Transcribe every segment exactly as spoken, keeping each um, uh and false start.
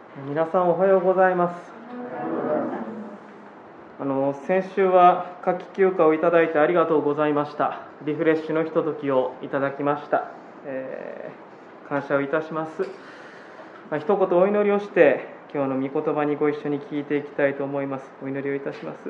皆さんおはようございます。あの先週は夏季休暇をいただいてありがとうございました。リフレッシュのひとときをいただきました、えー、感謝をいたします。まあ、一言お祈りをして今日の御言葉にご一緒に聞いていきたいと思います。お祈りをいたします。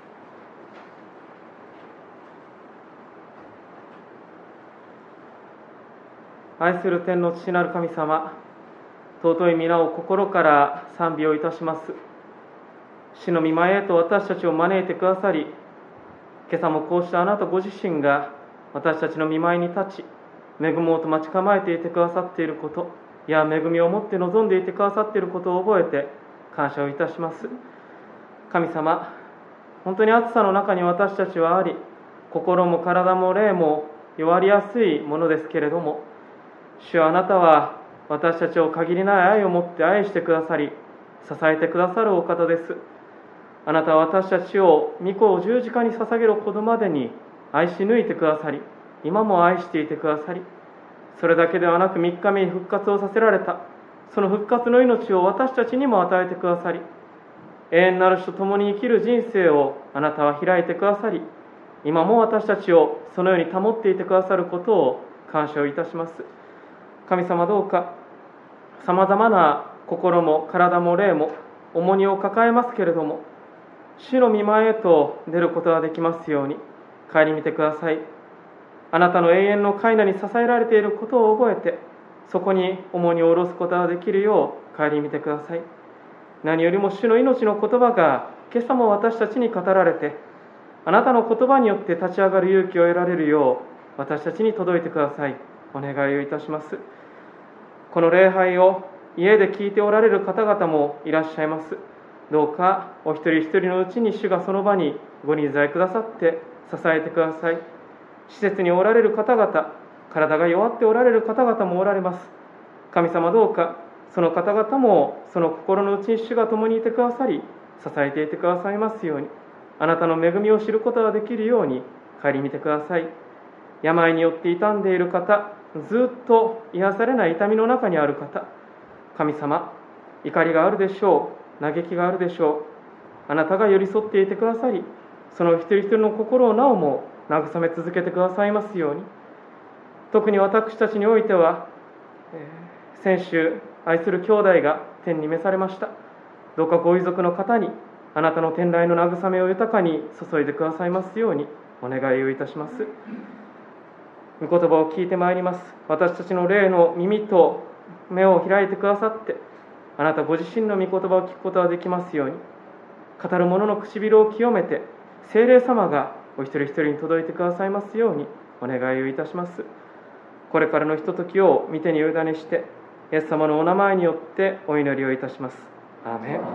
愛する天の父なる神様、尊い皆を心から賛美をいたします。主の御前へと私たちを招いてくださり、今朝もこうしたあなたご自身が私たちの御前に立ち、恵もうと待ち構えていてくださっていること、いや恵みをもって望んでいてくださっていることを覚えて感謝をいたします。神様、本当に暑さの中に私たちはあり、心も体も霊も弱りやすいものですけれども、主はあなたは私たちを限りない愛を持って愛してくださり、支えてくださるお方です。あなたは私たちを御子を十字架に捧げるほどまでに愛し抜いてくださり、今も愛していてくださり、それだけではなくみっかめに復活をさせられた、その復活の命を私たちにも与えてくださり、永遠なる主と共に生きる人生をあなたは開いてくださり、今も私たちをそのように保っていてくださることを感謝をいたします。神様、どうかさまざまな心も体も霊も重荷を抱えますけれども、主の御前へと出ることができますように顧みてください。あなたの永遠の階段に支えられていることを覚えて、そこに重荷を下ろすことができるよう顧みてください。何よりも主の命の言葉が今朝も私たちに語られて、あなたの言葉によって立ち上がる勇気を得られるよう私たちに届いてください。お願いをいたします。この礼拝を家で聞いておられる方々もいらっしゃいます。どうかお一人一人のうちに主がその場にご臨在くださって支えてください。施設におられる方々、体が弱っておられる方々もおられます。神様、どうかその方々もその心の内に主が共にいてくださり、支えていてくださいますように、あなたの恵みを知ることができるように顧みてください。病によって傷んでいる方、ずっと癒されない痛みの中にある方、神様、怒りがあるでしょう、嘆きがあるでしょう。あなたが寄り添っていてくださり、その一人一人の心をなおも慰め続けてくださいますように。特に私たちにおいては、えー、先週愛する兄弟が天に召されました。どうかご遺族の方にあなたの天来の慰めを豊かに注いでくださいますようにお願いをいたします。御言葉を聞いてまいります。私たちの霊の耳と目を開いてくださって、あなたご自身の御言葉を聞くことができますように、語る者の唇を清めて、聖霊様がお一人一人に届いてくださいますようにお願いをいたします。これからのひとときを御手に委ねして、イエス様のお名前によってお祈りをいたします。アーメン。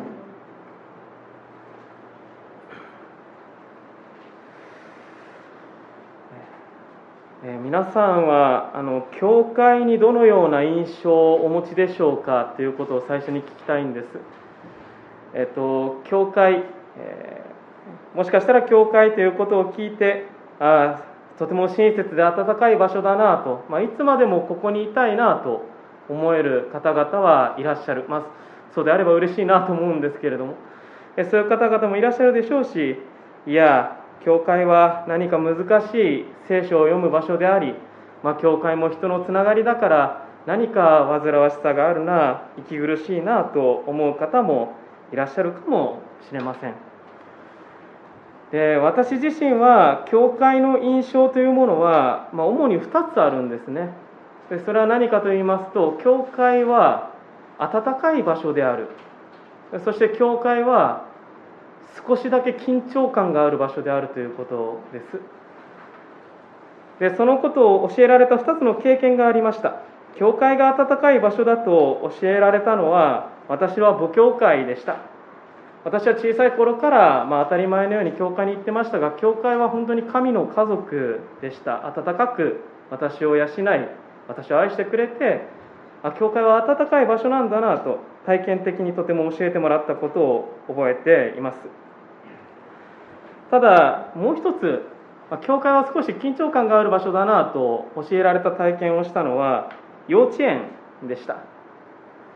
えー、皆さんはあの教会にどのような印象をお持ちでしょうかということを最初に聞きたいんです。えっと教会、えー、もしかしたら教会ということを聞いて、あとても親切で温かい場所だなと、まあ、いつまでもここにいたいなと思える方々はいらっしゃる、まあ、そうであれば嬉しいなと思うんですけれども、えそういう方々もいらっしゃるでしょうし、いや教会は何か難しい聖書を読む場所であり、まあ、教会も人のつながりだから何か煩わしさがあるな、息苦しいなと思う方もいらっしゃるかもしれません。で、私自身は教会の印象というものは、まあ、主にふたつあるんですね。でそれは何かと言いますと、教会は温かい場所である、そして教会は少しだけ緊張感がある場所であるということです。でそのことを教えられたふたつの経験がありました。教会が温かい場所だと教えられたのは、私は母教会でした。私は小さい頃から、まあ、当たり前のように教会に行ってましたが、教会は本当に神の家族でした。温かく私を養い、私を愛してくれて、あ、教会は温かい場所なんだなと体験的にとても教えてもらったことを覚えています。ただもう一つ、教会は少し緊張感がある場所だなと教えられた体験をしたのは幼稚園でした。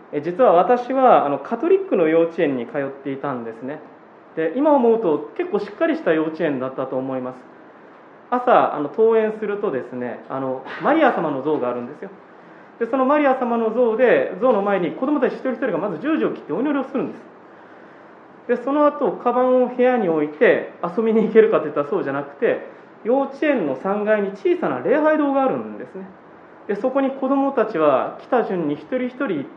え実は私はあのカトリックの幼稚園に通っていたんですね。で今思うと結構しっかりした幼稚園だったと思います。朝あの登園するとですね、あのマリア様の像があるんですよ。でそのマリア様の像で像の前に子どもたち一人一人がまず十字を切ってお祈りをするんです。でその後カバンを部屋に置いて遊びに行けるかといったらそうじゃなくて、幼稚園のさんがいに小さな礼拝堂があるんですね。でそこに子どもたちは来た順に一人一人行って、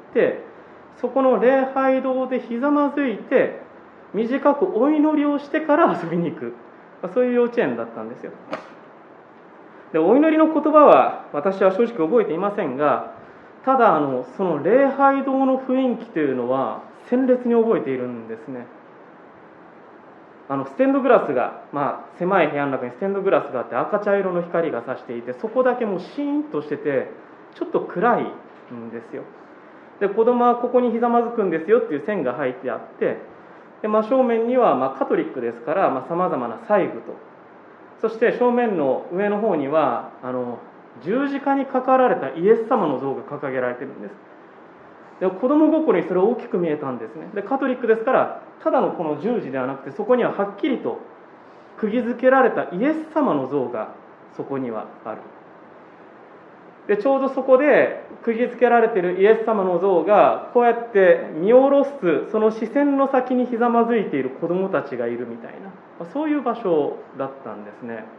そこの礼拝堂でひざまずいて短くお祈りをしてから遊びに行く、そういう幼稚園だったんですよ。でお祈りの言葉は私は正直覚えていませんが、ただあのその礼拝堂の雰囲気というのは鮮烈に覚えているんですね。あのステンドグラスが、まあ、狭い部屋の中にステンドグラスがあって赤茶色の光が差していて、そこだけもうシーンとしててちょっと暗いんですよ。で子供はここにひざまずくんですよっていう線が入ってあって、で真正面にはまあカトリックですからさまざ、まな細具と、そして正面の上の方にはあの十字架にかかられたイエス様の像が掲げられているんです。で子供心にそれ大きく見えたんですね。でカトリックですからただのこの十字ではなくて、そこにははっきりと釘付けられたイエス様の像がそこにはある。でちょうどそこで釘付けられているイエス様の像がこうやって見下ろすその視線の先にひざまずいている子どもたちがいるみたいな、そういう場所だったんですね。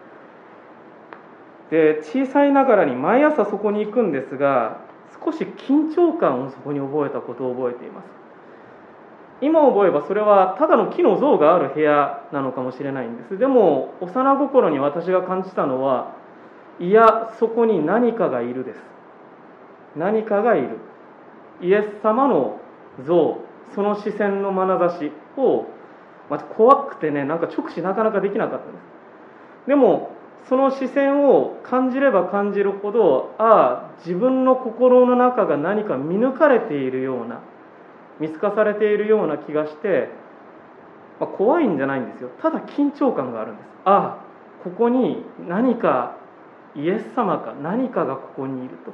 で小さいながらに毎朝そこに行くんですが、少し緊張感をそこに覚えたことを覚えています。今思えばそれはただの木の像がある部屋なのかもしれないんです。でも幼心に私が感じたのは、いやそこに何かがいるです。何かがいる。イエス様の像、その視線の眼差しを、まあ、怖くてね、なんか直視なかなかできなかったんです。でもその視線を感じれば感じるほど、ああ自分の心の中が何か見抜かれているような、見透かされているような気がして、まあ、怖いんじゃないんですよ。ただ緊張感があるんです。ああここに何かイエス様か何かがここにいると。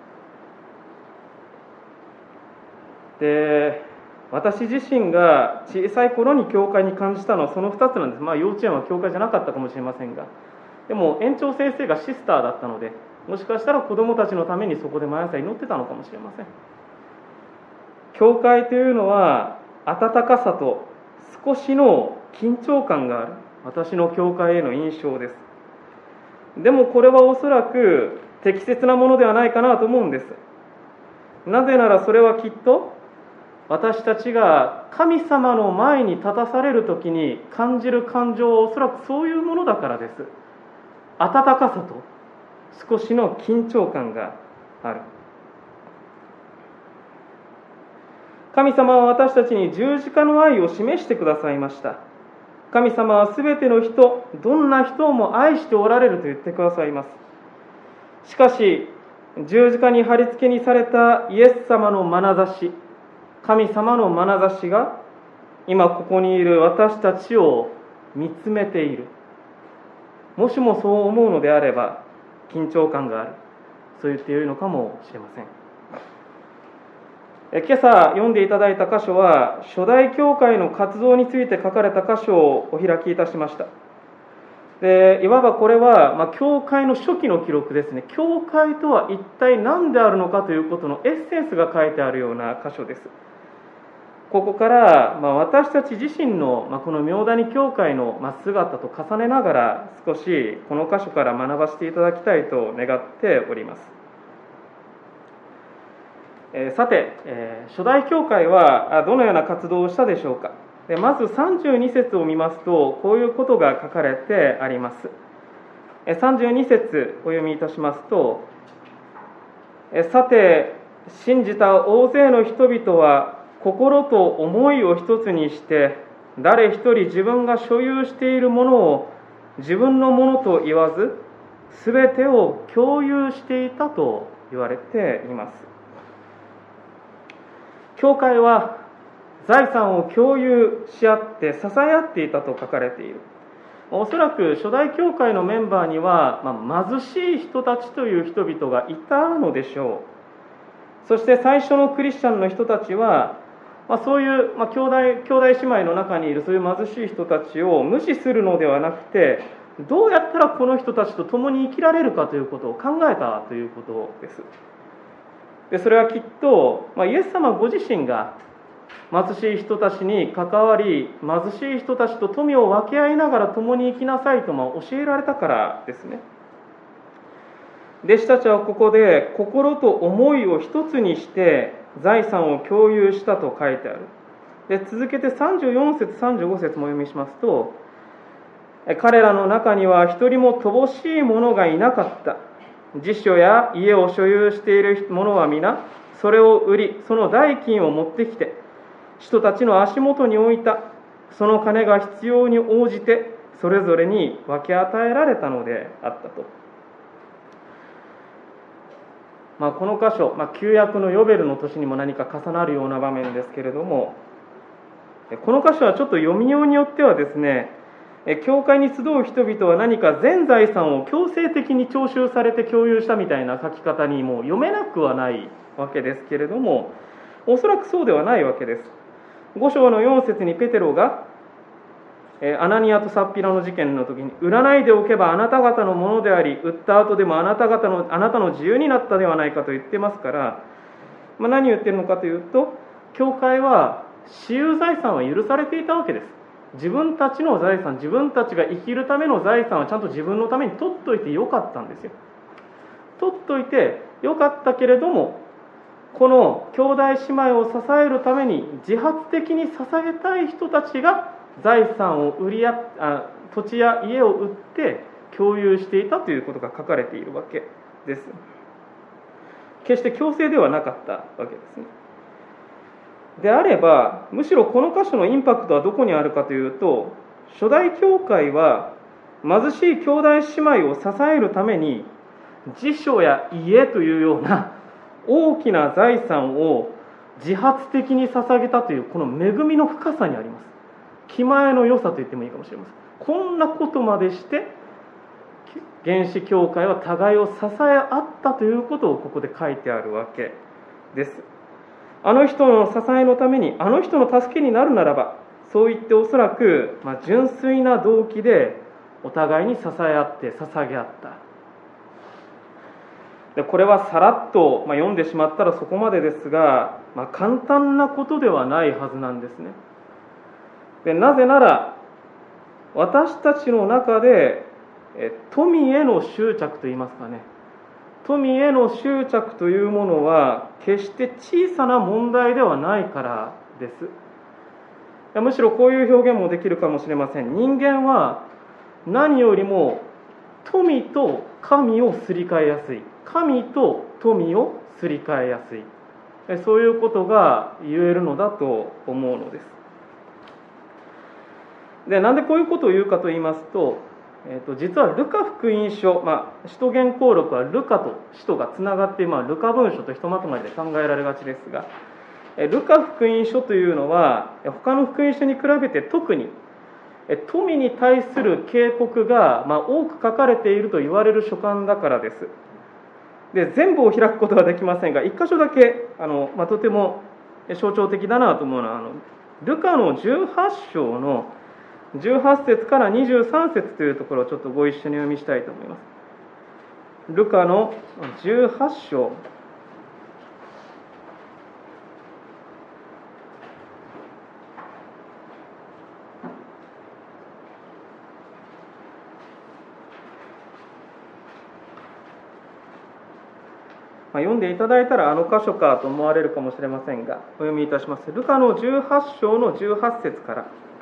で私自身が小さい頃に教会に感じたのはそのふたつなんです。まあ幼稚園は教会じゃなかったかもしれませんが、でも園長先生がシスターだったので、もしかしたら子どもたちのためにそこで毎朝祈ってたのかもしれません。教会というのは温かさと少しの緊張感がある、私の教会への印象です。でもこれはおそらく適切なものではないかなと思うんです。なぜならそれはきっと私たちが神様の前に立たされるときに感じる感情はおそらくそういうものだからです。温かさと少しの緊張感がある。神様は私たちに十字架の愛を示してくださいました。神様はすべての人、どんな人をも愛しておられると言ってくださいます。しかし十字架に貼り付けにされたイエス様の眼差し、神様の眼差しが今ここにいる私たちを見つめている。もしもそう思うのであれば緊張感がある、そう言ってよいのかもしれません。え今朝読んでいただいた箇所は初代教会の活動について書かれた箇所をお開きいたしました。でいわばこれは、まあ、教会の初期の記録ですね。教会とは一体何であるのかということのエッセンスが書いてあるような箇所です。ここから、まあ、私たち自身の、まあ、この明谷教会の、まあ、姿と重ねながら少しこの箇所から学ばせていただきたいと願っております。えー、さて、えー、初代教会はどのような活動をしたでしょうか。でまずさんじゅうに節を見ますとこういうことが書かれてあります。えー、さんじゅうに節お読みいたしますと、えー、さて信じた大勢の人々は心と思いを一つにして誰一人自分が所有しているものを自分のものと言わずすべてを共有していたと言われています。教会は財産を共有し合って支え合っていたと書かれている。おそらく初代教会のメンバーには、まあ、貧しい人たちという人々がいたのでしょう。 そして最初のクリスチャンの人たちは、まあ、そういう、まあ、兄弟、兄弟姉妹の中にいるそういう貧しい人たちを無視するのではなくて、どうやったらこの人たちと共に生きられるかということを考えたということです。でそれはきっと、まあ、イエス様ご自身が貧しい人たちに関わり、貧しい人たちと富を分け合いながら共に生きなさいとまあ教えられたからですね。弟子たちはここで心と思いを一つにして財産を共有したと書いてある。で続けてさんじゅうよん節さんじゅうご節もお読みしますと、彼らの中には一人も乏しい者がいなかった。寺所や家を所有している者は皆それを売り、その代金を持ってきて人たちの足元に置いた。その金が必要に応じてそれぞれに分け与えられたのであったと。まあ、この箇所、まあ、旧約のヨベルの年にも何か重なるような場面ですけれども、この箇所はちょっと読みようによってはですね、教会に集う人々は何か全財産を強制的に徴収されて共有したみたいな書き方にも読めなくはないわけですけれども、おそらくそうではないわけです。ご章のよん節にペテロがアナニアとサッピラの事件の時に、売らないでおけばあなた方のものであり、売った後でもあなた方のあなたの自由になったではないかと言ってますから、まあ、何を言っているのかというと、教会は私有財産は許されていたわけです。自分たちの財産、自分たちが生きるための財産はちゃんと自分のために取っといてよかったんですよ。取っといてよかったけれども、この兄弟姉妹を支えるために自発的に捧げたい人たちが財産を売りやあ土地や家を売って共有していたということが書かれているわけです。決して強制ではなかったわけですね。であれば、むしろこの箇所のインパクトはどこにあるかというと、初代教会は貧しい兄弟姉妹を支えるために寺所や家というような大きな財産を自発的に捧げたというこの恵みの深さにあります。気前の良さと言ってもいいかもしれません。こんなことまでして原始教会は互いを支え合ったということをここで書いてあるわけです。あの人の支えのために、あの人の助けになるならば、そう言っておそらく、まあ、純粋な動機でお互いに支え合って捧げ合った。でこれはさらっと、まあ、読んでしまったらそこまでですが、まあ、簡単なことではないはずなんですね。でなぜなら私たちの中でえ富への執着といいますかね、富への執着というものは決して小さな問題ではないからです。むしろこういう表現もできるかもしれません。人間は何よりも富と神をすり替えやすい、神と富をすり替えやすい、そういうことが言えるのだと思うのです。でなんでこういうことを言うかと言いますと、えー、と実はルカ福音書、まあ、使徒言行録はルカと使徒がつながって、まあ、ルカ文書とひとまとまりで考えられがちですが、ルカ福音書というのは他の福音書に比べて特に富に対する警告が、まあ、多く書かれていると言われる書簡だからです。で全部を開くことはできませんが、一箇所だけあの、まあ、とても象徴的だなと思うのは、あのルカのじゅうはち章のじゅうはち節からにじゅうさん節というところをちょっとご一緒に読みしたいと思います。ルカのじゅうはち章読んでいただいたらあの箇所かと思われるかもしれませんが、お読みいたします。ルカのじゅうはち章のじゅうはち節から、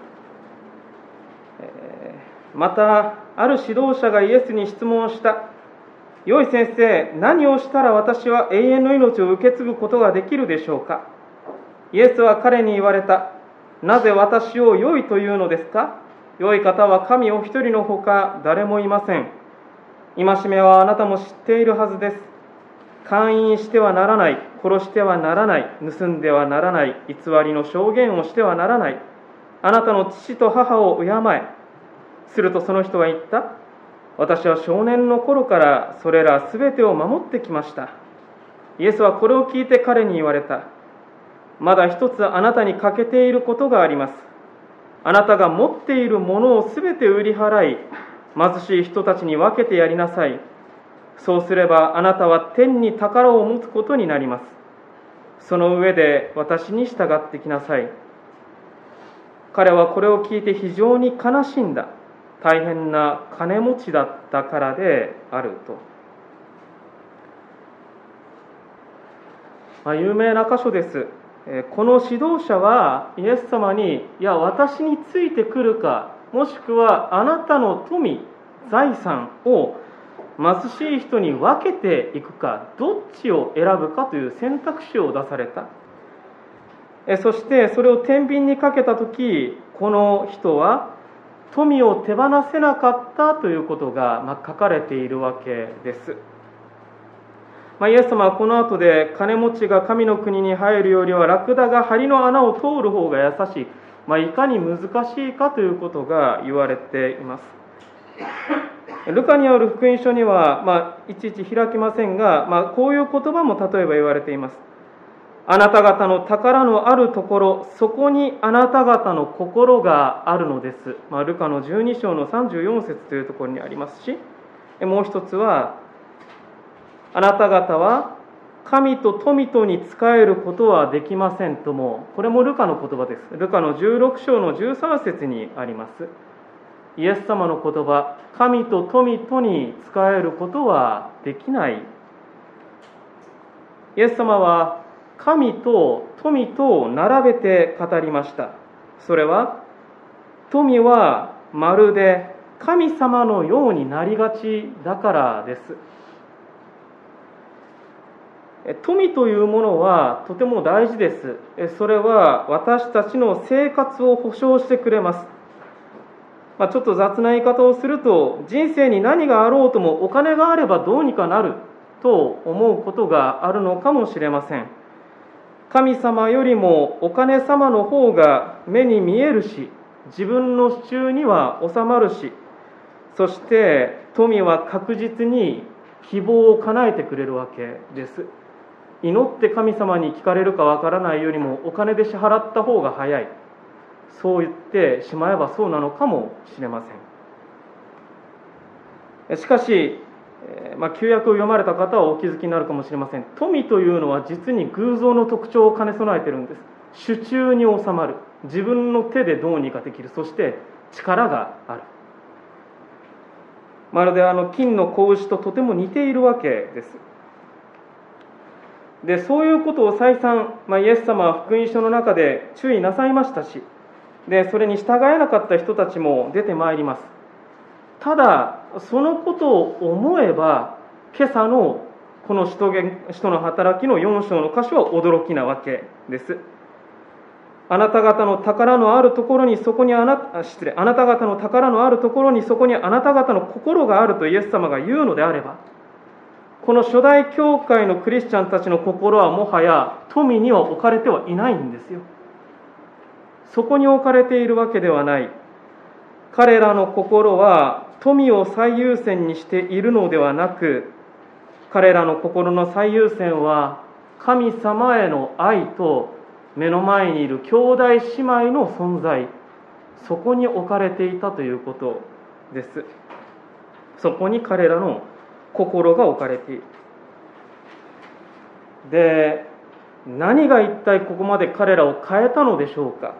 えー、またある指導者がイエスに質問した。良い先生、何をしたら私は永遠の命を受け継ぐことができるでしょうか。イエスは彼に言われた。なぜ私を良いというのですか。良い方は神お一人のほか誰もいません。戒めはあなたも知っているはずです。姦淫してはならない、殺してはならない、盗んではならない、偽りの証言をしてはならない、あなたの父と母を敬え。するとその人は言った。私は少年の頃からそれらすべてを守ってきました。 イエスはこれを聞いて彼に言われた。まだ一つあなたに欠けていることがあります。あなたが持っているものをすべて売り払い、貧しい人たちに分けてやりなさい。そうすればあなたは天に宝を持つことになります。その上で私に従ってきなさい。彼はこれを聞いて非常に悲しんだ。大変な金持ちだったからであると。まあ、有名な箇所です。この指導者はイエス様に、いや、私についてくるか、もしくはあなたの富、財産を貧しい人に分けていくか、どっちを選ぶかという選択肢を出された。そしてそれを天秤にかけたとき、この人は富を手放せなかったということが、まあ、書かれているわけです。まあ、イエス様はこの後で、金持ちが神の国に入るよりはラクダが針の穴を通る方が優しい、まあ、いかに難しいかということが言われています。ルカにある福音書には、まあ、いちいち開きませんが、まあ、こういう言葉も例えば言われています。あなた方の宝のあるところ、そこにあなた方の心があるのです。まあ、ルカのじゅうに章のさんじゅうよん節というところにありますし、もう一つは、あなた方は神と富とに仕えることはできませんとも、これもルカの言葉です。ルカのじゅうろく章のじゅうさん節にあります。イエス様の言葉、神と富とに仕えることはできない。イエス様は神と富とを並べて語りました。それは、富はまるで神様のようになりがちだからです。富というものはとても大事です。それは私たちの生活を保障してくれます。まあ、ちょっと雑な言い方をすると、人生に何があろうともお金があればどうにかなると思うことがあるのかもしれません。神様よりもお金様の方が目に見えるし、自分の手中には収まるし、そして富は確実に希望を叶えてくれるわけです。祈って神様に聞かれるかわからないよりもお金で支払った方が早い。そう言ってしまえばそうなのかもしれません。しかし、まあ、旧約を読まれた方はお気づきになるかもしれません。富というのは実に偶像の特徴を兼ね備えているんです。手中に収まる。自分の手でどうにかできる。そして力がある。まるであの金の子牛ととても似ているわけです。で、そういうことを再三、まあ、イエス様は福音書の中で注意なさいましたし、でそれに従えなかった人たちも出てまいります。ただそのことを思えば、今朝のこの使徒言使徒の働きのよん章の箇所は驚きなわけです。あなた方の宝のあるところにそこにあなた失礼あなた方の宝のあるところにそこにあなた方の心があるとイエス様が言うのであれば、この初代教会のクリスチャンたちの心はもはや富には置かれてはいないんですよ。そこに置かれているわけではない。彼らの心は富を最優先にしているのではなく、彼らの心の最優先は神様への愛と目の前にいる兄弟姉妹の存在、そこに置かれていたということです。そこに彼らの心が置かれている。で、何が一体ここまで彼らを変えたのでしょうか。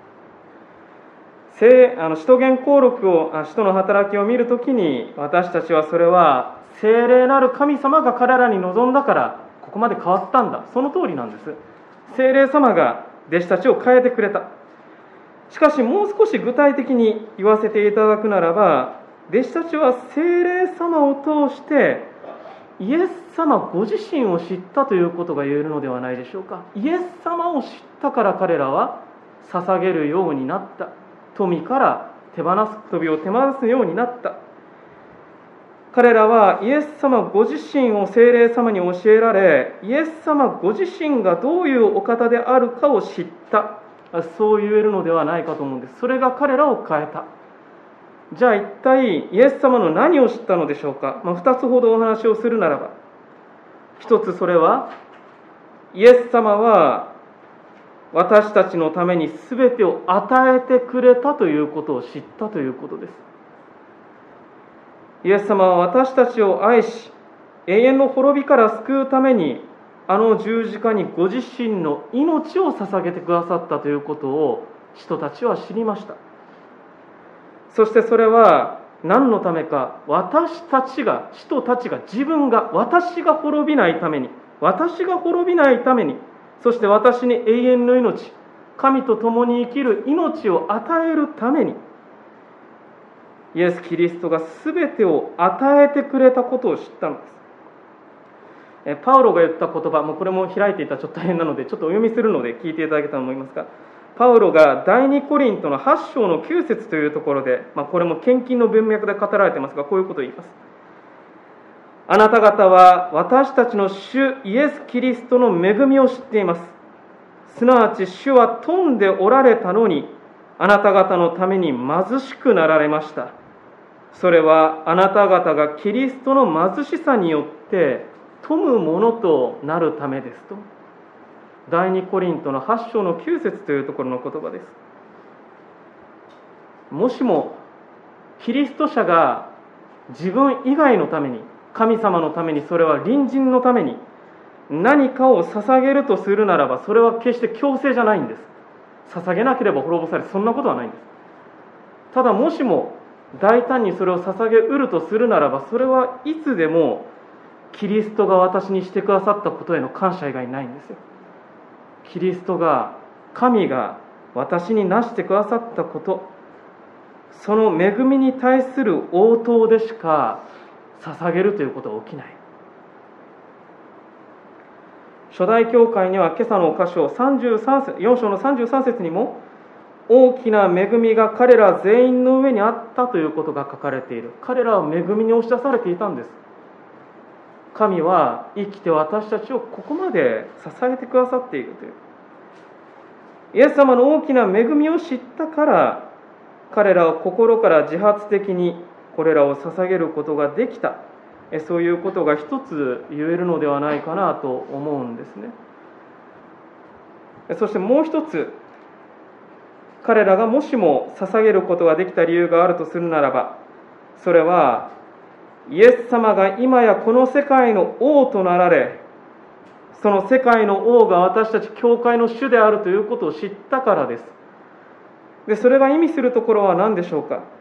あの使徒言行録を、使徒の働きを見るときに、私たちはそれは聖霊なる神様が彼らに望んだからここまで変わったんだ、その通りなんです。聖霊様が弟子たちを変えてくれた。しかしもう少し具体的に言わせていただくならば、弟子たちは聖霊様を通してイエス様ご自身を知ったということが言えるのではないでしょうか。イエス様を知ったから彼らは捧げるようになった。富から手放す、富を手放すようになった。彼らはイエス様ご自身を聖霊様に教えられ、イエス様ご自身がどういうお方であるかを知った。そう言えるのではないかと思うんです。それが彼らを変えた。じゃあ一体イエス様の何を知ったのでしょうか。まあ、ふたつほどお話をするならば、 一つそれは、イエス様は私たちのために全てを与えてくれたということを知ったということです。イエス様は私たちを愛し、永遠の滅びから救うために、あの十字架にご自身の命を捧げてくださったということを人たちは知りました。そしてそれは何のためか、私たちが、人たちが、自分が、私が滅びないために、私が滅びないために、そして私に永遠の命、神と共に生きる命を与えるために、イエス・キリストが全てを与えてくれたことを知ったのです。パウロが言った言葉、もうこれも開いていたらちょっと大変なので、ちょっとお読みするので聞いていただけたらと思いますが、パウロが第二コリントのはち章のきゅう節というところで、まあ、これも献金の文脈で語られていますが、こういうことを言います。あなた方は私たちの主イエス・キリストの恵みを知っています。すなわち主は富んでおられたのに、あなた方のために貧しくなられました。それはあなた方がキリストの貧しさによって富むものとなるためですと。第二コリントのはち章のきゅう節というところの言葉です。もしもキリスト者が自分以外のために、神様のために、それは隣人のために何かを捧げるとするならば、それは決して強制じゃないんです。捧げなければ滅ぼされ、そんなことはないんです。ただもしも大胆にそれを捧げうるとするならば、それはいつでもキリストが私にしてくださったことへの感謝以外ないんですよ。キリストが、神が私になしてくださったこと、その恵みに対する応答でしか捧げるということは起きない。初代教会には今朝の箇所さんじゅうさん節、よん章のさんじゅうさん節にも、大きな恵みが彼ら全員の上にあったということが書かれている。彼らは恵みに押し出されていたんです。神は生きて私たちをここまで支えてくださっているという。イエス様の大きな恵みを知ったから、彼らは心から自発的にこれらを捧げることができた。そういうことが一つ言えるのではないかなと思うんですね。そしてもう一つ、彼らがもしも捧げることができた理由があるとするならば、それはイエス様が今やこの世界の王となられ、その世界の王が私たち教会の主であるということを知ったからです。で、それが意味するところは何でしょうか。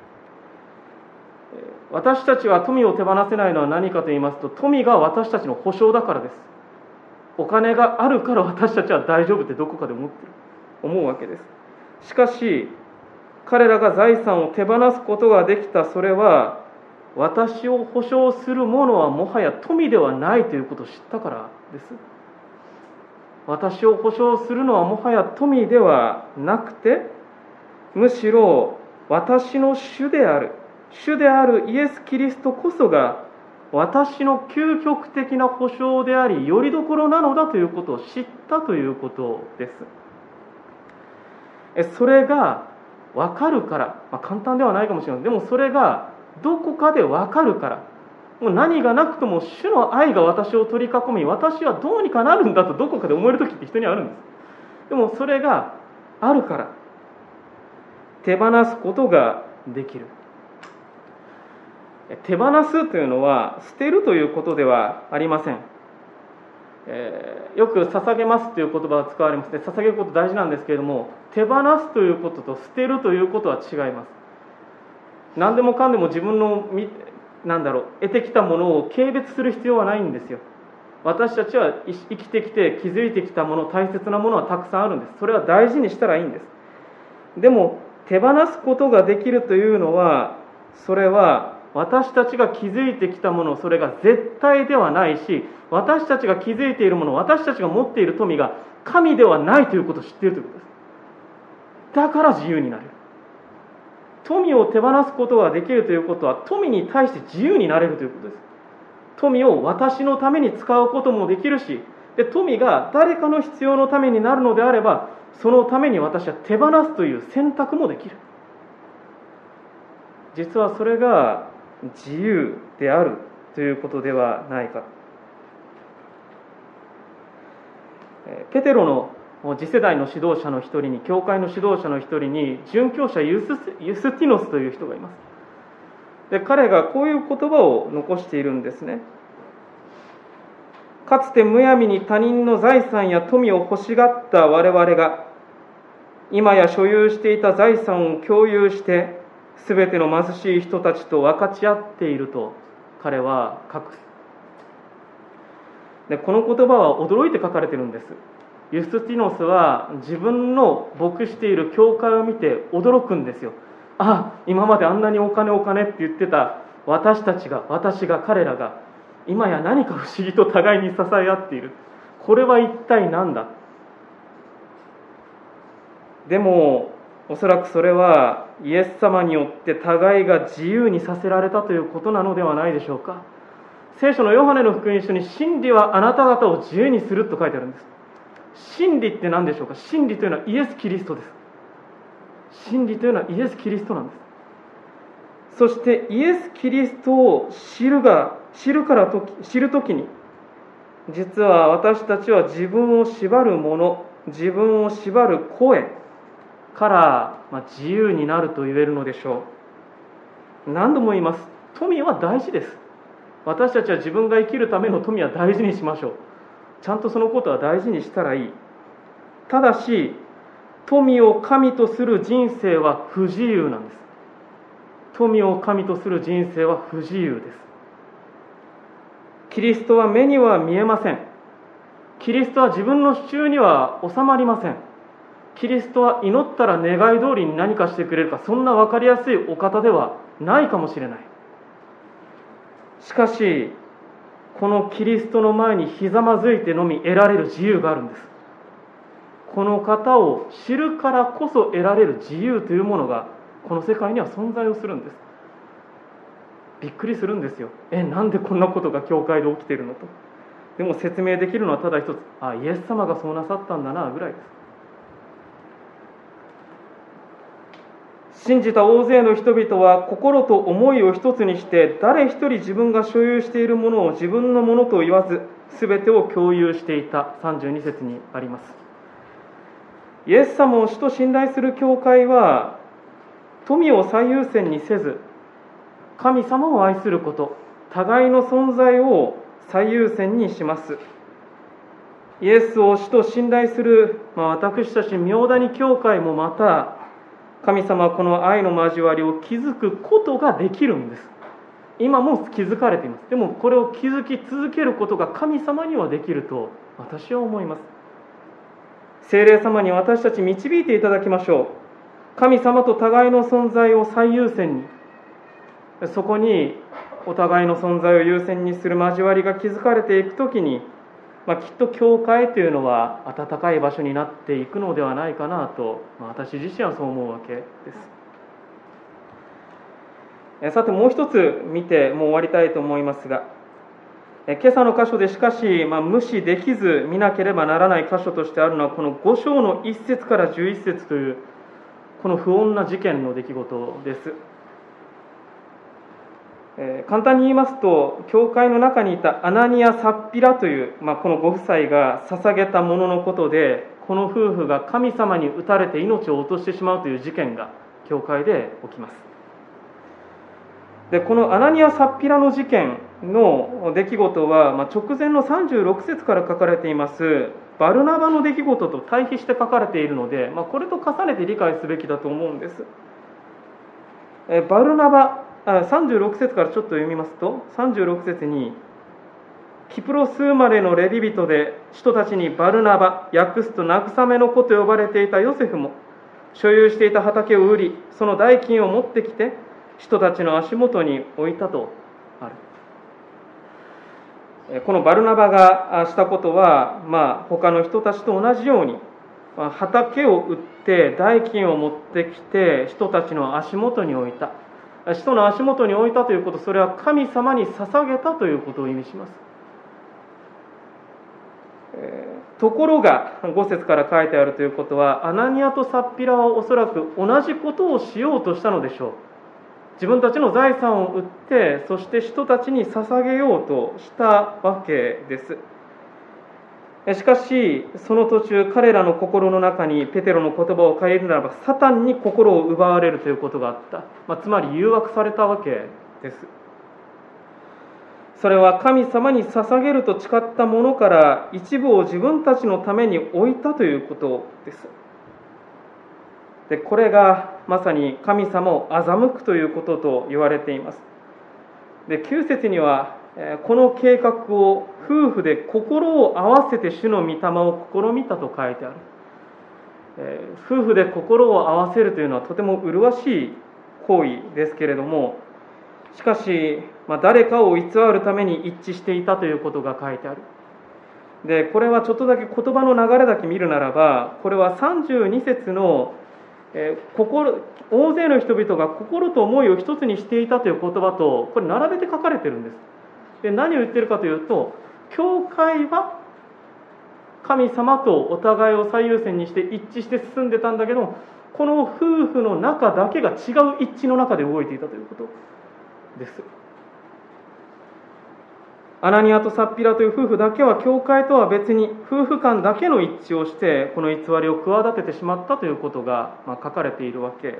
私たちは富を手放せないのは何かと言いますと、富が私たちの保証だからです。お金があるから私たちは大丈夫ってどこかで思ってる、思うわけです。しかし、彼らが財産を手放すことができた、それは、私を保証するものはもはや富ではないということを知ったからです。私を保証するのはもはや富ではなくて、むしろ私の主である、主であるイエス・キリストこそが私の究極的な保証であり、よりどころなのだということを知ったということです。それが分かるから、まあ、簡単ではないかもしれない。でもそれがどこかで分かるから、もう何がなくとも主の愛が私を取り囲み、私はどうにかなるんだとどこかで思える時って人にはあるんです。でもそれがあるから手放すことができる。手放すというのは捨てるということではありません。えー、よく捧げますという言葉が使われますね。捧げること大事なんですけれども、手放すということと捨てるということは違います。何でもかんでも自分のなんだろう得てきたものを軽蔑する必要はないんですよ。私たちは生きてきて気づいてきたもの、大切なものはたくさんあるんです。それは大事にしたらいいんです。でも手放すことができるというのは、それは私たちが気づいてきたもの、それが絶対ではないし、私たちが気づいているもの、私たちが持っている富が神ではないということを知っているということです。だから自由になれる。富を手放すことができるということは、富に対して自由になれるということです。富を私のために使うこともできるし、で富が誰かの必要のためになるのであれば、そのために私は手放すという選択もできる。実はそれが自由であるということではないか。 ペテロの次世代の指導者の一人に、教会の指導者の一人に、殉教者ユス、ユスティノスという人がいます。で、彼がこういう言葉を残しているんですね。かつてむやみに他人の財産や富を欲しがった我々が、今や所有していた財産を共有して、すべての貧しい人たちと分かち合っていると彼は書く。で、この言葉は驚いて書かれているんです。ユスティノスは自分の牧している教会を見て驚くんですよ。あ、今まであんなにお金お金って言ってた私たちが、私が、彼らが今や何か不思議と互いに支え合っている。これは一体何だ。でもおそらくそれはイエス様によって互いが自由にさせられたということなのではないでしょうか。聖書のヨハネの福音書に、真理はあなた方を自由にすると書いてあるんです。真理って何でしょうか。真理というのはイエス・キリストです。真理というのはイエス・キリストなんです。そしてイエス・キリストを知るが知るからと知るときに、実は私たちは自分を縛るもの、自分を縛る声から、まあ、自由になると言えるのでしょう。何度も言います。富は大事です。私たちは自分が生きるための富は大事にしましょう。ちゃんとそのことは大事にしたらいい。ただし、富を神とする人生は不自由なんです。富を神とする人生は不自由です。キリストは目には見えません。キリストは自分の手中には収まりません。キリストは祈ったら願い通りに何かしてくれるか、そんな分かりやすいお方ではないかもしれない。しかし、このキリストの前にひざまずいてのみ得られる自由があるんです。この方を知るからこそ得られる自由というものがこの世界には存在をするんです。びっくりするんですよ。え、なんでこんなことが教会で起きているのと。でも説明できるのはただ一つ、あ、イエス様がそうなさったんだなぐらいです。信じた大勢の人々は心と思いを一つにして、誰一人自分が所有しているものを自分のものと言わず、すべてを共有していた。さんじゅうに節にあります。イエス様を主と信頼する教会は、富を最優先にせず、神様を愛すること、互いの存在を最優先にします。イエスを主と信頼する、まあ、私たち明谷教会もまた、神様はこの愛の交わりを築くことができるんです。今も気づかれています。でもこれを築き続けることが神様にはできると私は思います。聖霊様に私たち導いていただきましょう。神様と互いの存在を最優先に、そこにお互いの存在を優先にする交わりが築かれていくときに、まあ、きっと教会というのは温かい場所になっていくのではないかなと、まあ、私自身はそう思うわけです。さてもう一つ見てもう終わりたいと思いますが、今朝の箇所でしかし、まあ、無視できず見なければならない箇所としてあるのはこのご章のいっ節からじゅういっ節というこの不穏な事件の出来事です。えー、簡単に言いますと、教会の中にいたアナニア・サッピラという、まあ、このご夫妻が捧げたもののことで、この夫婦が神様に撃たれて命を落としてしまうという事件が教会で起きます。で、このアナニア・サッピラの事件の出来事は、まあ、直前のさんじゅうろく節から書かれていますバルナバの出来事と対比して書かれているので、まあ、これと重ねて理解すべきだと思うんです。えバルナバさんじゅうろく節からちょっと読みますと、さんじゅうろく節に、キプロス生まれのレビ人で人たちにバルナバ、訳すと慰めの子と呼ばれていたヨセフも、所有していた畑を売り、その代金を持ってきて人たちの足元に置いたとある。このバルナバがしたことは、まあ、他の人たちと同じように、畑を売って代金を持ってきて人たちの足元に置いた。人の足元に置いたということ、それは神様に捧げたということを意味します。えー、ところがご節から書いてあるということは、アナニアとサッピラはおそらく同じことをしようとしたのでしょう。自分たちの財産を売って、そして人たちに捧げようとしたわけです。 しかしその途中、彼らの心の中にペテロの言葉を変えるならば、サタンに心を奪われるということがあった、まあ、つまり誘惑されたわけです。それは神様に捧げると誓ったものから一部を自分たちのために置いたということです。でこれがまさに神様を欺くということと言われています。できゅう節には、この計画を夫婦で心を合わせて主の御霊を試みたと書いてある。えー、夫婦で心を合わせるというのはとても麗しい行為ですけれども、しかし、まあ、誰かを偽るために一致していたということが書いてある。でこれはちょっとだけ言葉の流れだけ見るならば、これはさんじゅうに節の、えー、心大勢の人々が心と思いを一つにしていたという言葉と、これ並べて書かれているんです。で何を言っているかというと、教会は神様とお互いを最優先にして一致して進んでたんだけど、この夫婦の中だけが違う一致の中で動いていたということです。アナニアとサッピラという夫婦だけは教会とは別に夫婦間だけの一致をしてこの偽りを企ててしまったということが、まあ、書かれているわけです。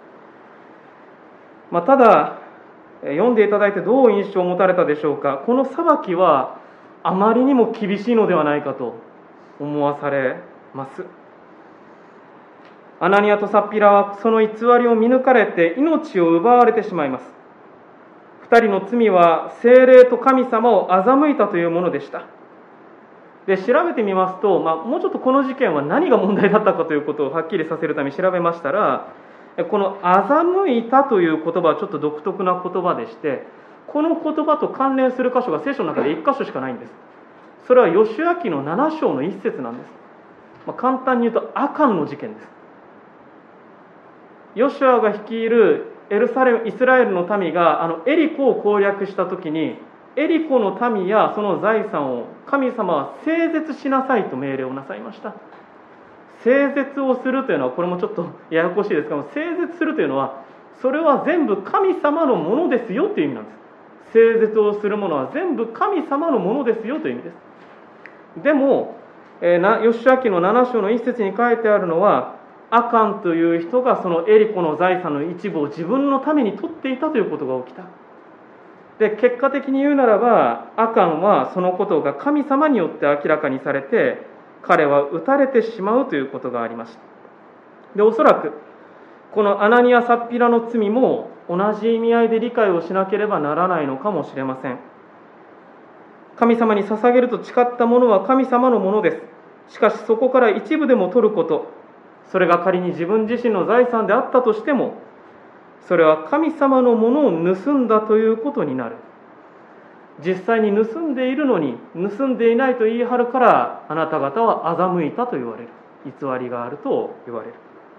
まあ、ただ読んでいただいてどう印象を持たれたでしょうか。この裁きはあまりにも厳しいのではないかと思わされます。アナニアとサッピラはその偽りを見抜かれて命を奪われてしまいます。二人の罪は聖霊と神様を欺いたというものでした。で調べてみますと、まあ、もうちょっとこの事件は何が問題だったかということをはっきりさせるために調べましたら、この欺いたという言葉はちょっと独特な言葉でして、この言葉と関連する箇所が聖書の中でいっ箇所しかないんです。それはヨシュア記のなな章のいっ節なんです。まあ、簡単に言うとアカンの事件です。ヨシュアが率いるエルサレムイスラエルの民があのエリコを攻略したときに、エリコの民やその財産を神様は整絶しなさいと命令をなさいました。整絶をするというのは、これもちょっとややこしいですけども、整絶するというのはそれは全部神様のものですよという意味なんです。整絶をするものは全部神様のものですよという意味です。でも、えー、なヨシュア記のなな章のいっ節に書いてあるのは、アカンという人がそのエリコの財産の一部を自分のために取っていたということが起きた。で結果的に言うならば、アカンはそのことが神様によって明らかにされて、彼は撃たれてしまうということがありました。でおそらくこのアナニア・サッピラの罪も同じ意味合いで理解をしなければならないのかもしれません。神様に捧げると誓ったものは神様のものです。しかしそこから一部でも取ること、それが仮に自分自身の財産であったとしても、それは神様のものを盗んだということになる。実際に盗んでいるのに盗んでいないと言い張るから、あなた方は欺いたと言われる。偽りがあると言われる。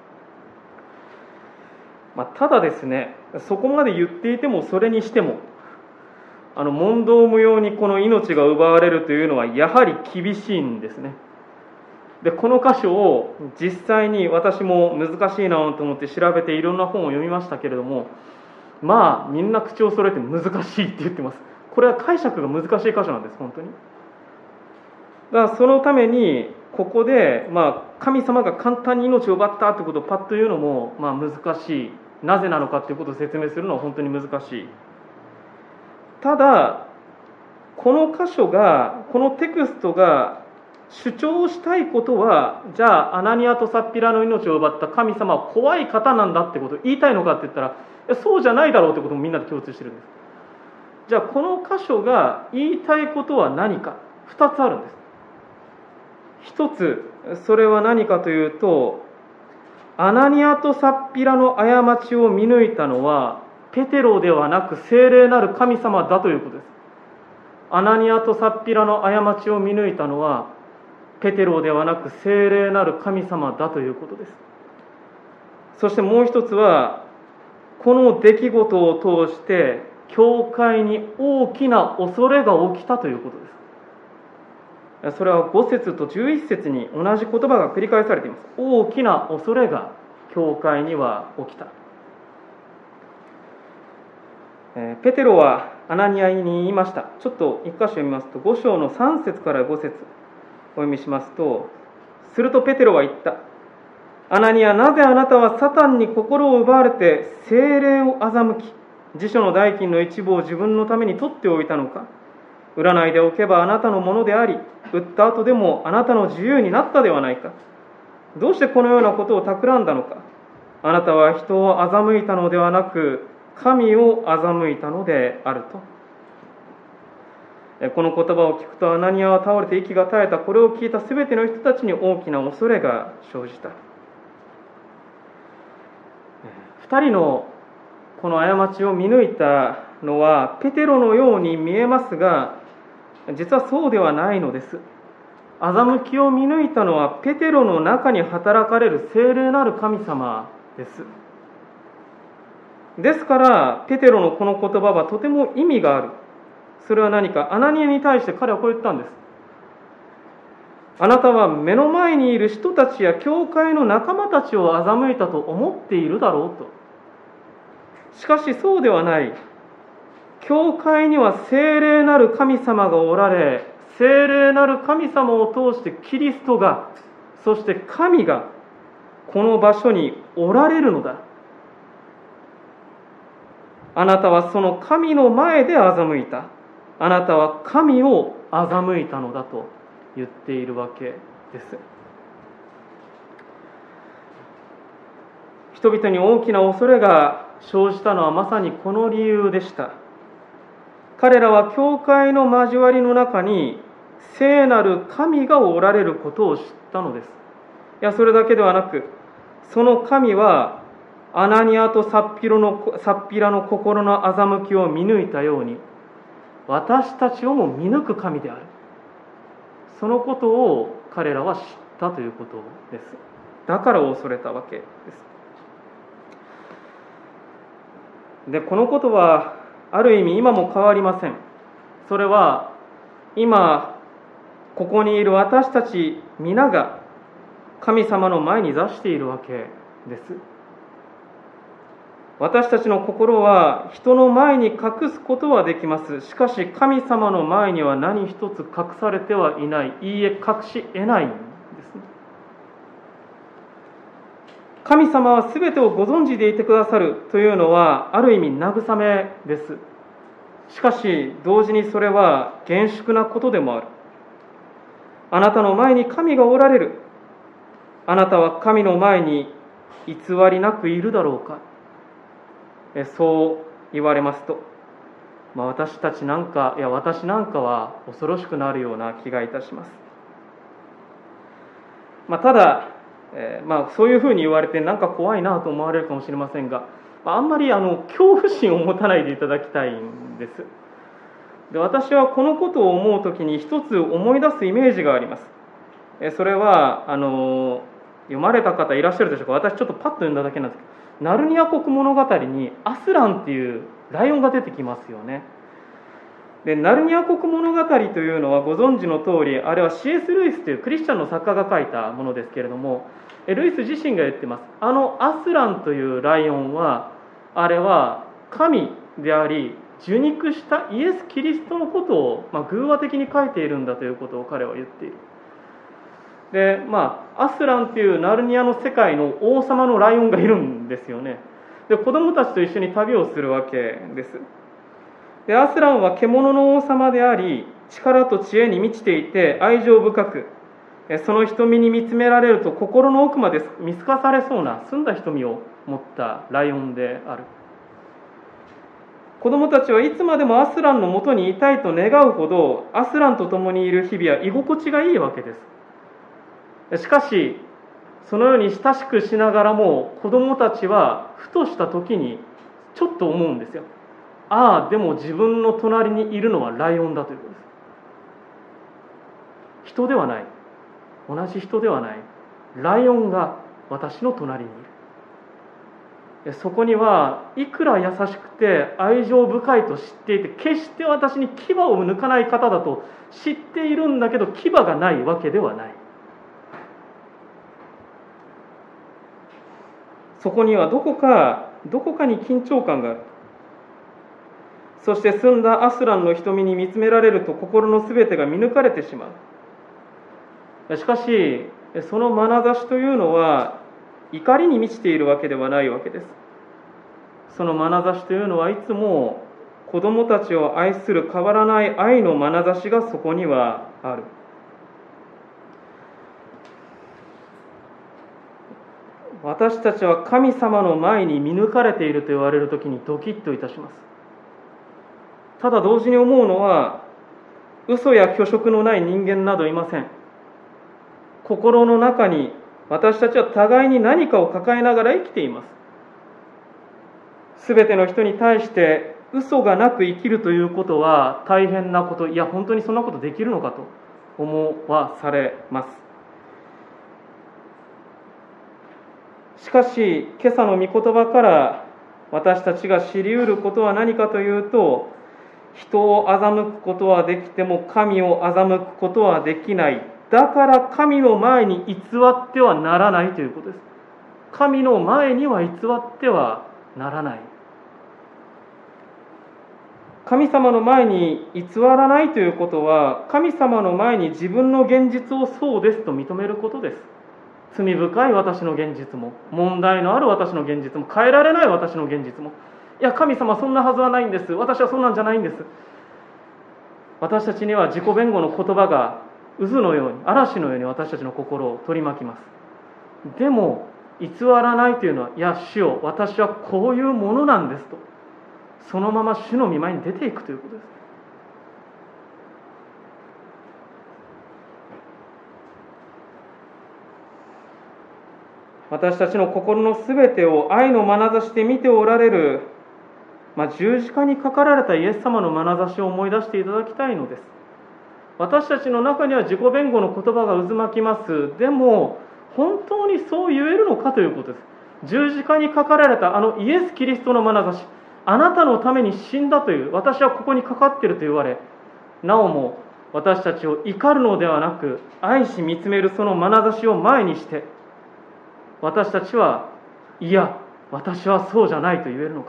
まあ、ただですね、そこまで言っていてもそれにしても、あの問答無用にこの命が奪われるというのはやはり厳しいんですね。でこの箇所を実際に私も難しいなと思って調べていろんな本を読みましたけれども、まあみんな口を揃えて難しいって言ってます。これは解釈が難しい箇所なんです、本当に。だからそのためにここで、まあ、神様が簡単に命を奪ったということをパッと言うのも、まあ、難しい。なぜなのかということを説明するのは本当に難しい。ただこの箇所が、このテクストが主張したいことは、じゃあアナニアとサッピラの命を奪った神様は怖い方なんだってことを言いたいのかって言ったら、そうじゃないだろうということもみんなで共通してるんです。じゃあこの箇所が言いたいことは何か、ふたつあるんです。一つ、それは何かというと、アナニアとサッピラの過ちを見抜いたのはペテロではなく聖霊なる神様だということです。アナニアとサッピラの過ちを見抜いたのはペテロではなく聖霊なる神様だということです。そしてもう一つは、この出来事を通して教会に大きな恐れが起きたということです。それはご節とじゅういち節に同じ言葉が繰り返されています。大きな恐れが教会には起きた。ペテロはアナニアに言いました。ちょっと一箇所読みますと、ご章のさん節からご節。 お読みしますと、するとペテロは言った。アナニア、なぜあなたはサタンに心を奪われて聖霊を欺き、辞書の代金の一部を自分のために取っておいたのか。売らないでおけばあなたのものであり、売った後でもあなたの自由になったではないか。どうしてこのようなことを企んだのか。あなたは人を欺いたのではなく、神を欺いたのであると。この言葉を聞くと、アナニアは倒れて息が絶えた。これを聞いたすべての人たちに大きな恐れが生じた。二人のこの過ちを見抜いたのはペテロのように見えますが、実はそうではないのです。欺きを見抜いたのはペテロの中に働かれる聖霊なる神様です。ですからペテロのこの言葉はとても意味がある。それは何か。アナニアに対して彼はこう言ったんです。あなたは目の前にいる人たちや教会の仲間たちを欺いたと思っているだろうと。しかしそうではない。教会には聖霊なる神様がおられ、聖霊なる神様を通してキリストが、そして神がこの場所におられるのだ。あなたはその神の前で欺いた。あなたは神を欺いたのだと言っているわけです。人々に大きな恐れが生じたのはまさにこの理由でした。彼らは教会の交わりの中に聖なる神がおられることを知ったのです。いや、それだけではなく、その神はアナニアとサッピロのサッピラの心の欺きを見抜いたように、私たちをも見抜く神である。そのことを彼らは知ったということです。だから恐れたわけです。で、このことはある意味今も変わりません。それは今ここにいる私たち皆が神様の前に座しているわけです。私たちの心は人の前に隠すことはできます。しかし神様の前には何一つ隠されてはいない。いいえ、隠し得ないんですね。神様は全てをご存知でいてくださるというのはある意味慰めです。しかし同時にそれは厳粛なことでもある。あなたの前に神がおられる。あなたは神の前に偽りなくいるだろうか。そう言われますと、まあ、私たちなんかいや私なんかは恐ろしくなるような気がいたします。まあ、ただ、えーまあ、そういうふうに言われてなんか怖いなと思われるかもしれませんが、あんまりあの恐怖心を持たないでいただきたいんです。で、私はこのことを思うときに一つ思い出すイメージがあります。それはあの読まれた方いらっしゃるでしょうか。私ちょっとパッと読んだだけなんですけど、ナルニア国物語にアスランっていうライオンが出てきますよね。で、ナルニア国物語というのはご存知の通り、あれは シーエス ルイスというクリスチャンの作家が書いたものですけれども、ルイス自身が言ってます。あのアスランというライオンは、あれは神であり受肉したイエス・キリストのことを、まあ、偶話的に書いているんだということを彼は言っている。で、まあ、アスランっていうナルニアの世界の王様のライオンがいるんですよね。で、子供たちと一緒に旅をするわけです。で、アスランは獣の王様であり、力と知恵に満ちていて愛情深く、その瞳に見つめられると心の奥まで見透かされそうな澄んだ瞳を持ったライオンである。子供たちはいつまでもアスランのもとにいたいと願うほど、アスランと共にいる日々は居心地がいいわけです。しかしそのように親しくしながらも、子供たちはふとした時にちょっと思うんですよ。ああ、でも自分の隣にいるのはライオンだということです。人ではない、同じ人ではないライオンが私の隣にいる。そこにはいくら優しくて愛情深いと知っていて、決して私に牙を抜かない方だと知っているんだけど、牙がないわけではない。そこにはどこかどこかに緊張感がある。そして澄んだアスランの瞳に見つめられると、心のすべてが見抜かれてしまう。 しかしその眼差しというのは怒りに満ちているわけではないわけです。その眼差しというのはいつも子供たちを愛する変わらない愛の眼差しがそこにはある。私たちは神様の前に見抜かれていると言われるときにドキッといたします。ただ同時に思うのは、嘘や虚飾のない人間などいません。心の中に私たちは互いに何かを抱えながら生きています。すべての人に対して嘘がなく生きるということは大変なこと、いや本当にそんなことできるのかと思わされます。しかし今朝の御言葉から私たちが知り得ることは何かというと、人を欺くことはできても神を欺くことはできない。だから神の前に偽ってはならないということです。神の前には偽ってはならない。神様の前に偽らないということは、神様の前に自分の現実をそうですと認めることです。罪深い私の現実も、問題のある私の現実も、変えられない私の現実も、いや神様そんなはずはないんです、私はそんなんじゃないんです。私たちには自己弁護の言葉が渦のように、嵐のように私たちの心を取り巻きます。でも偽らないというのは、いや主よ私はこういうものなんですと、そのまま主の御前に出ていくということです。私たちの心のすべてを愛の眼差しで見ておられる、まあ、十字架にかかられたイエス様の眼差しを思い出していただきたいのです。私たちの中には自己弁護の言葉が渦巻きます。でも本当にそう言えるのかということです。十字架にかかられたあのイエス・キリストの眼差し、あなたのために死んだという、私はここにかかっていると言われ、なおも私たちを怒るのではなく愛し見つめるその眼差しを前にして、私たちはいや私はそうじゃないと言えるのか。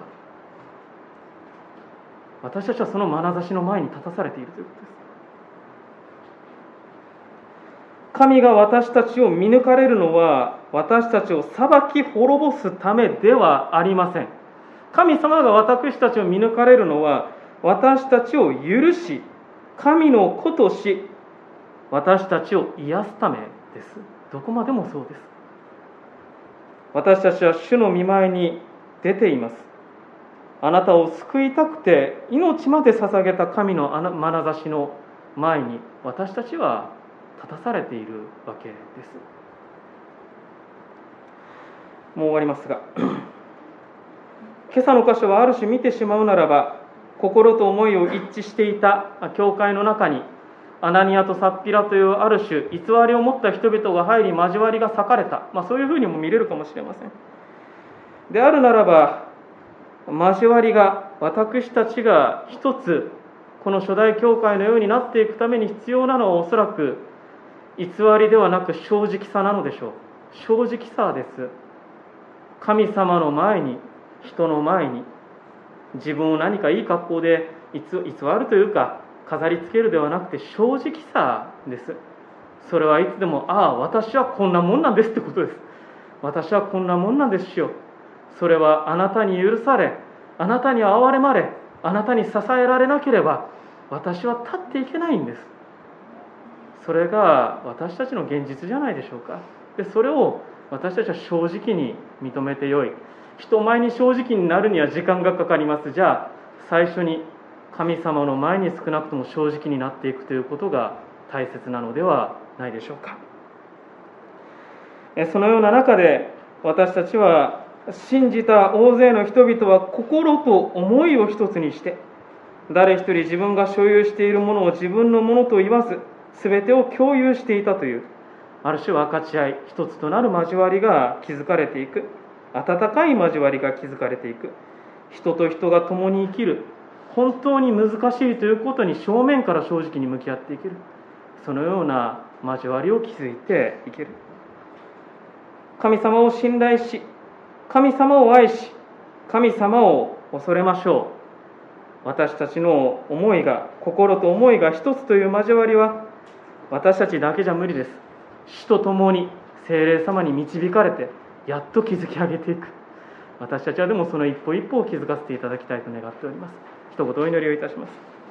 私たちはその眼差しの前に立たされているということです。神が私たちを見抜かれるのは、私たちを裁き滅ぼすためではありません。神様が私たちを見抜かれるのは、私たちを許し、神の子とし、私たちを癒すためです。どこまでもそうです。私たちは主の御前に出ています。あなたを救いたくて命まで捧げた神の眼差しの前に私たちは立たされているわけです。もう終わりますが、今朝の箇所はある種見てしまうならば、心と思いを一致していた教会の中にアナニアとサッピラというある種偽りを持った人々が入り、交わりが裂かれた、まあ、そういうふうにも見れるかもしれません。であるならば、交わりが私たちが一つこの初代教会のようになっていくために必要なのは、おそらく偽りではなく正直さなのでしょう。正直さです。神様の前に、人の前に自分を何かいい格好で偽るというか飾りつけるではなくて、正直さです。それはいつでも、ああ私はこんなもんなんですってことです。私はこんなもんなんですよ。それはあなたに許され、あなたに憐れまれ、あなたに支えられなければ私は立っていけないんです。それが私たちの現実じゃないでしょうか。でそれを私たちは正直に認めてよい。人前に正直になるには時間がかかります。じゃあ最初に神様の前に少なくとも正直になっていくということが大切なのではないでしょうか。そのような中で私たちは、信じた大勢の人々は心と思いを一つにして、誰一人自分が所有しているものを自分のものと言わず、すべてを共有していたという、ある種分かち合い、一つとなる交わりが築かれていく、温かい交わりが築かれていく、人と人が共に生きる、本当に難しいということに正面から正直に向き合っていける、そのような交わりを築いていける。神様を信頼し、神様を愛し、神様を恐れましょう。私たちの思いが、心と思いが一つという交わりは私たちだけじゃ無理です。 主と共に聖霊様に導かれてやっと築き上げていく、私たちはでもその一歩一歩を気づかせていただきたいと願っております。一言お祈りをいたします。